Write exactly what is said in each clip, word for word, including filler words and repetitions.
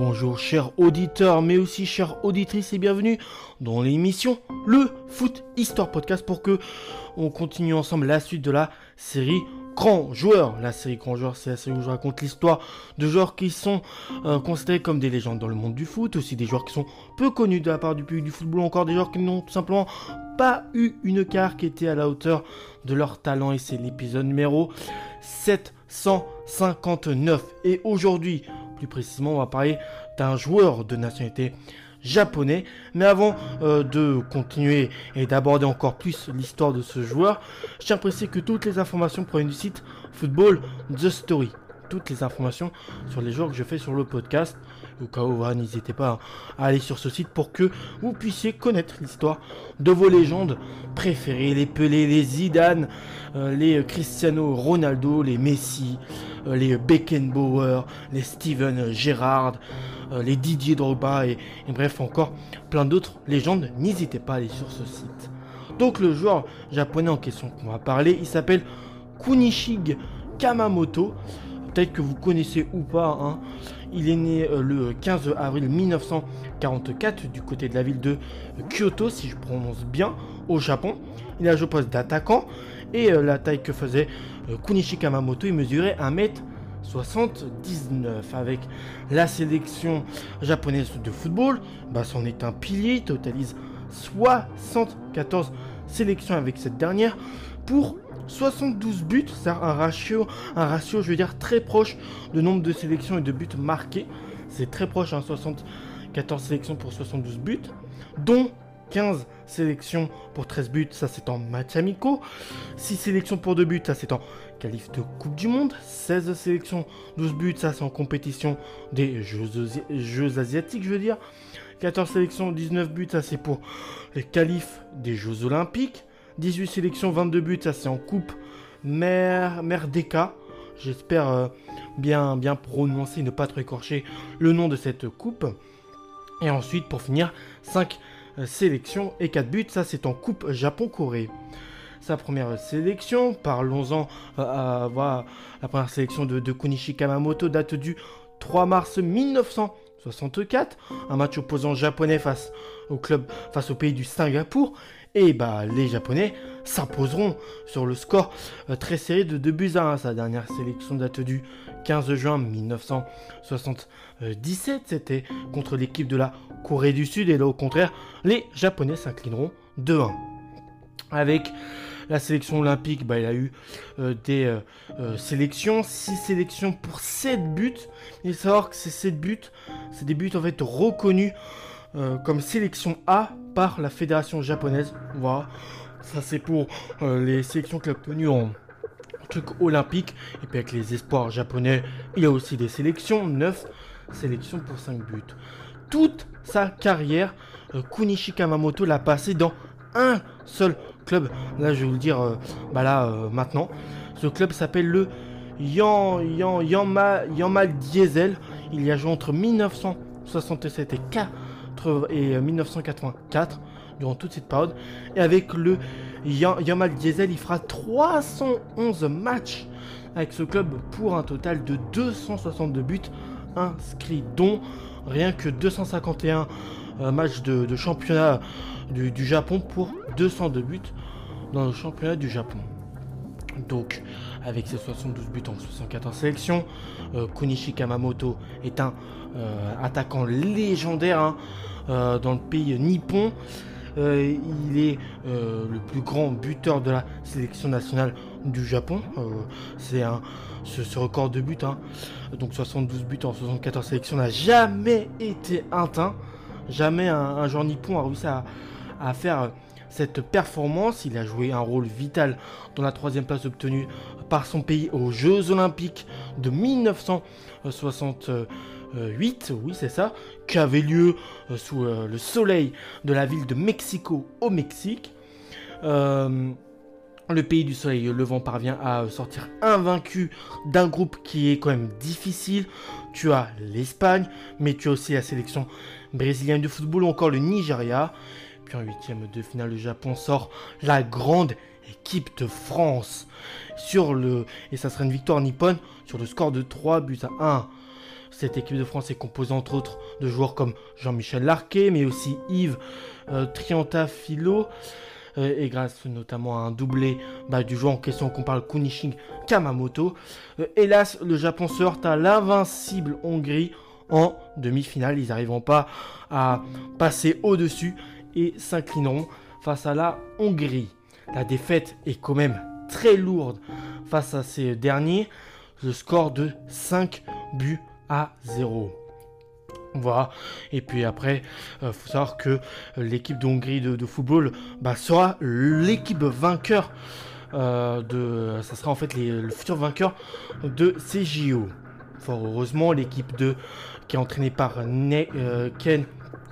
Bonjour chers auditeurs, mais aussi chères auditrices et bienvenue dans l'émission Le Foot Histoire Podcast pour que on continue ensemble la suite de la série Grands Joueurs. La série Grands Joueurs, c'est la série où je raconte l'histoire de joueurs qui sont euh, considérés comme des légendes dans le monde du foot, aussi des joueurs qui sont peu connus de la part du public du football, encore des joueurs qui n'ont tout simplement pas eu une carrière qui était à la hauteur de leur talent, et c'est l'épisode numéro sept cent cinquante-neuf. Et aujourd'hui, plus précisément, on va parler d'un joueur de nationalité japonais. Mais avant euh, de continuer et d'aborder encore plus l'histoire de ce joueur, je tiens à préciser que toutes les informations proviennent du site Football The Story. Toutes les informations sur les joueurs que je fais sur le podcast. Au cas où, voilà, n'hésitez pas à aller sur ce site pour que vous puissiez connaître l'histoire de vos légendes préférées. Les Pelé, les Zidane, euh, les Cristiano Ronaldo, les Messi, euh, les Beckenbauer, les Steven Gerrard, euh, les Didier Drogba et, et bref encore plein d'autres légendes. N'hésitez pas à aller sur ce site. Donc le joueur japonais en question qu'on va parler, il s'appelle Kunichig Kamamoto. Peut-être que vous connaissez ou pas, hein. Il est né euh, le quinze avril mille neuf cent quarante-quatre du côté de la ville de Kyoto, si je prononce bien, au Japon. Il a joué au poste d'attaquant et euh, la taille que faisait euh, Kunichig Kamamoto, il mesurait un mètre soixante-dix-neuf. Avec la sélection japonaise de football, bah, c'en est un pilier, il totalise soixante-quatorze sélections avec cette dernière pour soixante-douze buts, c'est un ratio, un ratio, je veux dire, très proche de nombre de sélections et de buts marqués. C'est très proche, hein, soixante-quatorze sélections pour soixante-douze buts, dont quinze sélections pour treize buts, ça c'est en matchs amicaux, six sélections pour deux buts, ça c'est en qualif de Coupe du Monde, seize sélections, douze buts, ça c'est en compétition des Jeux, Jeux Asiatiques, je veux dire, quatorze sélections, dix-neuf buts, ça c'est pour les qualifs des Jeux Olympiques, dix-huit sélections, vingt-deux buts, ça c'est en coupe Mer... Merdeka. J'espère euh, bien, bien prononcer, ne pas trop écorcher le nom de cette coupe. Et ensuite, pour finir, cinq euh, sélections et quatre buts, ça c'est en coupe Japon-Corée. Sa première sélection, parlons-en, euh, à, voilà, la première sélection de, de Kunichig Kamamoto date du trois mars mille neuf cent soixante-quatre, un match opposant japonais face au club, face au pays du Singapour. Et bah les Japonais s'imposeront sur le score euh, très serré de deux buts à un. Sa dernière sélection date du quinze juin mille neuf cent soixante-dix-sept. C'était contre l'équipe de la Corée du Sud. Et là au contraire, les Japonais s'inclineront deux un. Avec la sélection olympique, bah, il a eu euh, des euh, euh, sélections, six sélections pour sept buts. Il faut savoir que ces sept buts, c'est des buts en fait reconnus euh, comme sélection A par la fédération japonaise. Voilà, ça c'est pour euh, les sélections qu'il a obtenues en truc olympique. Et puis avec les espoirs japonais, il y a aussi des sélections, neuf sélections pour cinq buts. Toute sa carrière, euh, Kunichig Kamamoto l'a passé dans un seul club. Là je vais vous le dire euh, bah là euh, maintenant. Ce club s'appelle le Yan, Yan, Yanma, Yanma Diesel. Il y a joué entre mille neuf cent soixante-sept et quatre et mille neuf cent quatre-vingt-quatre durant toute cette période. Et avec le Yanma Diesel, il fera trois cent onze matchs avec ce club pour un total de deux cent soixante-deux buts inscrits, dont rien que deux cent cinquante et un euh, matchs de, de championnat du, du Japon pour deux cent deux buts dans le championnat du Japon. Donc avec ses soixante-douze buts en soixante-quatorze sélections, euh, Kunichig Kamamoto est un euh, attaquant légendaire, hein, euh, dans le pays nippon. Euh, il est euh, le plus grand buteur de la sélection nationale du Japon. Euh, c'est un, ce, ce record de buts, hein, donc soixante-douze buts en soixante-quatorze sélections, n'a jamais été atteint. Jamais un, un joueur nippon a réussi à, à faire cette performance. Il a joué un rôle vital dans la troisième place obtenue par son pays aux Jeux Olympiques de mille neuf cent soixante-huit, oui c'est ça, qui avait lieu sous euh, le soleil de la ville de Mexico au Mexique. Euh, le pays du soleil levant parvient à sortir invaincu d'un groupe qui est quand même difficile. Tu as l'Espagne, mais tu as aussi la sélection brésilienne de football ou encore le Nigeria. Puis en huitième de finale, le Japon sort la grande équipe de France sur le, et ça sera une victoire nippone sur le score de trois buts à un. Cette équipe de France est composée entre autres de joueurs comme Jean-Michel Larquet, mais aussi Yves euh, Triantafilo, euh, et grâce notamment à un doublé bah, du joueur en question qu'on parle, Kunichi Kamamoto. Euh, hélas, le Japon se heurte à l'invincible Hongrie en demi-finale. Ils n'arriveront pas à passer au-dessus et s'inclineront face à la Hongrie. La défaite est quand même très lourde face à ces derniers. Le score de cinq buts à zéro. Voilà. Et puis après, il euh, faut savoir que l'équipe de Hongrie de, de football bah, sera l'équipe vainqueur. Euh, de, ça sera en fait les, le futur vainqueur de ces J O. Fort heureusement, l'équipe de qui est entraînée par ne, euh, Ken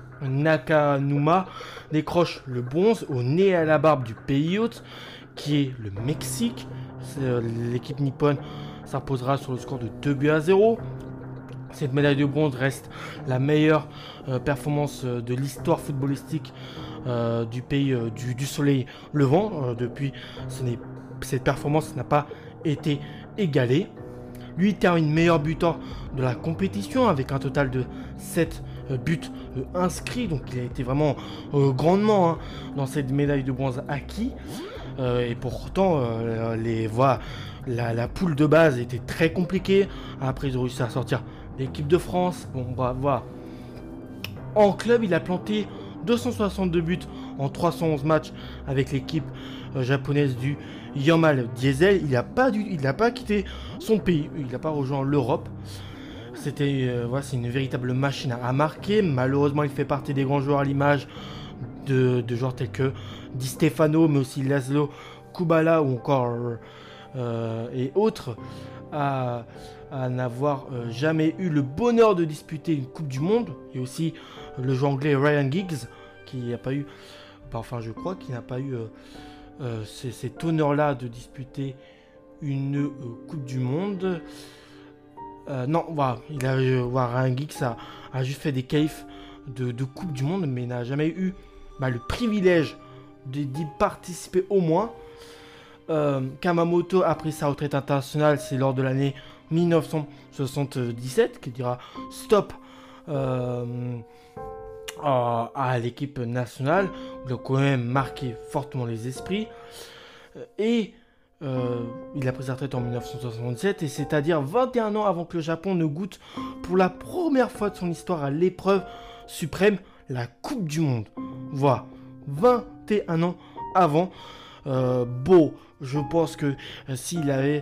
Nakanuma décroche le bronze au nez à la barbe du pays hôte, qui est le Mexique. C'est, euh, l'équipe nippone s'imposera sur le score de deux buts à zéro. Cette médaille de bronze reste la meilleure euh, performance euh, de l'histoire footballistique euh, du pays euh, du, du soleil levant. Euh, depuis, ce n'est, cette performance n'a pas été égalée. Lui termine meilleur buteur de la compétition avec un total de sept euh, buts euh, inscrits. Donc il a été vraiment euh, grandement hein, dans cette médaille de bronze acquis. Euh, et pourtant, euh, les, voilà, la, la poule de base était très compliquée. Après, ils ont réussi à sortir l'équipe de France. Bon, bah, voilà. En club, il a planté deux cent soixante-deux buts en trois cent onze matchs avec l'équipe euh, japonaise du Yamal Diesel. Il n'a pas, pas quitté son pays. Il n'a pas rejoint l'Europe. C'était, euh, voilà, c'est une véritable machine à, à marquer. Malheureusement, il fait partie des grands joueurs à l'image de, de joueurs tels que Di Stefano, mais aussi Laszlo Kubala ou encore euh, et autres, à, à n'avoir euh, jamais eu le bonheur de disputer une Coupe du Monde. Et aussi le joueur anglais Ryan Giggs, qui n'a pas eu, enfin je crois qu'il n'a pas eu euh, euh, cet honneur-là de disputer une euh, Coupe du Monde. Euh, non, voilà, il a, euh, voilà, Ryan Giggs a, a juste fait des qualifs de, de Coupe du Monde, mais n'a jamais eu bah, le privilège d'y participer au moins. Euh, Kamamoto a pris sa retraite internationale, c'est lors de l'année mille neuf cent soixante-dix-sept qu'il dira stop euh, à, à l'équipe nationale. Il a quand même marqué fortement les esprits. Et euh, il a pris sa retraite en mille neuf cent soixante-dix-sept, et c'est-à-dire vingt et un ans avant que le Japon ne goûte pour la première fois de son histoire à l'épreuve suprême, la Coupe du Monde. Voilà, vingt et un ans avant. Euh, beau, je pense que euh, s'il avait,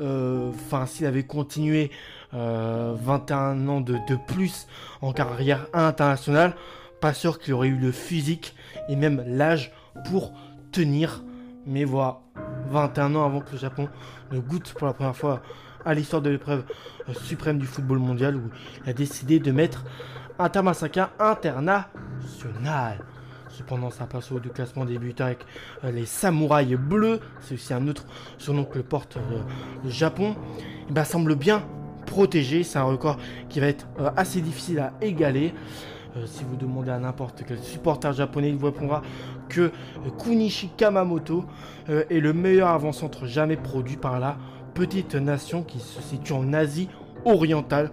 enfin euh, s'il avait continué euh, vingt et un ans de, de plus en carrière internationale, pas sûr qu'il aurait eu le physique et même l'âge pour tenir. Mais voilà, vingt et un ans avant que le Japon ne goûte pour la première fois à l'histoire de l'épreuve euh, suprême du football mondial, où il a décidé de mettre un terme à sa carrière internationale. Cependant, sa place au haut du classement débutant avec euh, les samouraïs bleus, c'est aussi un autre surnom que le porte euh, le Japon, et ben, semble bien protégé. C'est un record qui va être euh, assez difficile à égaler. Euh, si vous demandez à n'importe quel supporter japonais, il vous répondra que euh, Kunichi Kamamoto euh, est le meilleur avant-centre jamais produit par la petite nation qui se situe en Asie orientale.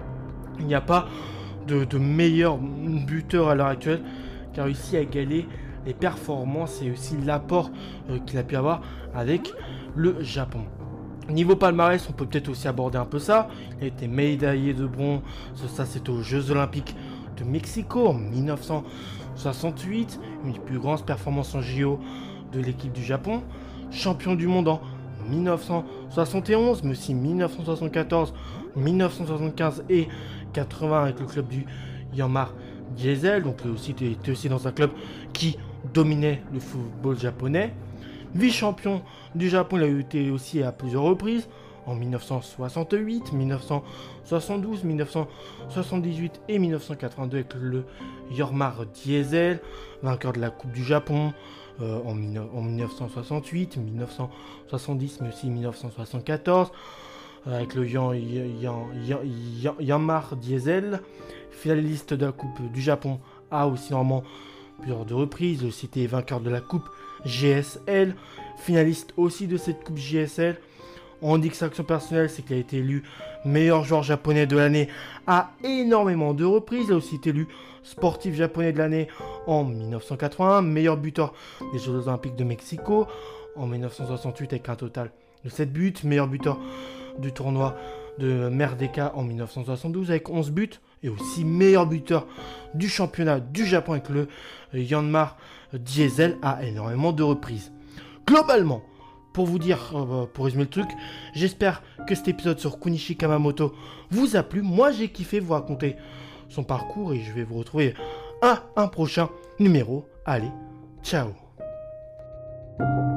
Il n'y a pas de, de meilleur buteur à l'heure actuelle qui a réussi à égaler les performances et aussi l'apport euh, qu'il a pu avoir avec le Japon. Niveau palmarès, on peut peut-être aussi aborder un peu ça. Il a été médaillé de bronze, ça c'était aux Jeux Olympiques de Mexico en mille neuf cent soixante-huit, une des plus grandes performances en J O de l'équipe du Japon. Champion du monde en mille neuf cent soixante et onze, mais aussi mille neuf cent soixante-quatorze, mille neuf cent soixante-quinze et quatre-vingts avec le club du Yamal Diesel. Donc il aussi, était aussi dans un club qui dominait le football japonais. Vice-champion du Japon, il a été aussi à plusieurs reprises, en mille neuf cent soixante-huit, mille neuf cent soixante-douze, mille neuf cent soixante-dix-huit et mille neuf cent quatre-vingt-deux avec le Yamal Diesel, vainqueur de la Coupe du Japon euh, en, en mille neuf cent soixante-huit, mille neuf cent soixante-dix, mais aussi mille neuf cent soixante-quatorze, euh, avec le Yan, Yan, Yan, Yan, Yamal Diesel, finaliste de la Coupe du Japon a aussi normalement plusieurs de reprises. Aussi été vainqueur de la Coupe G S L, finaliste aussi de cette Coupe G S L On dit que sa action personnelle, c'est qu'il a été élu meilleur joueur japonais de l'année à énormément de reprises. Il a aussi été élu sportif japonais de l'année en mille neuf cent quatre-vingt-un, meilleur buteur des Jeux Olympiques de Mexico en mille neuf cent soixante-huit avec un total de sept buts, meilleur buteur du tournoi de Merdeka en mille neuf cent soixante-douze avec onze buts, et aussi meilleur buteur du championnat du Japon avec le Yanmar Diesel à énormément de reprises. Globalement, pour vous dire, euh, pour résumer le truc, j'espère que cet épisode sur Kunichi Kamamoto vous a plu. Moi, j'ai kiffé vous raconter son parcours et je vais vous retrouver à un prochain numéro. Allez, ciao!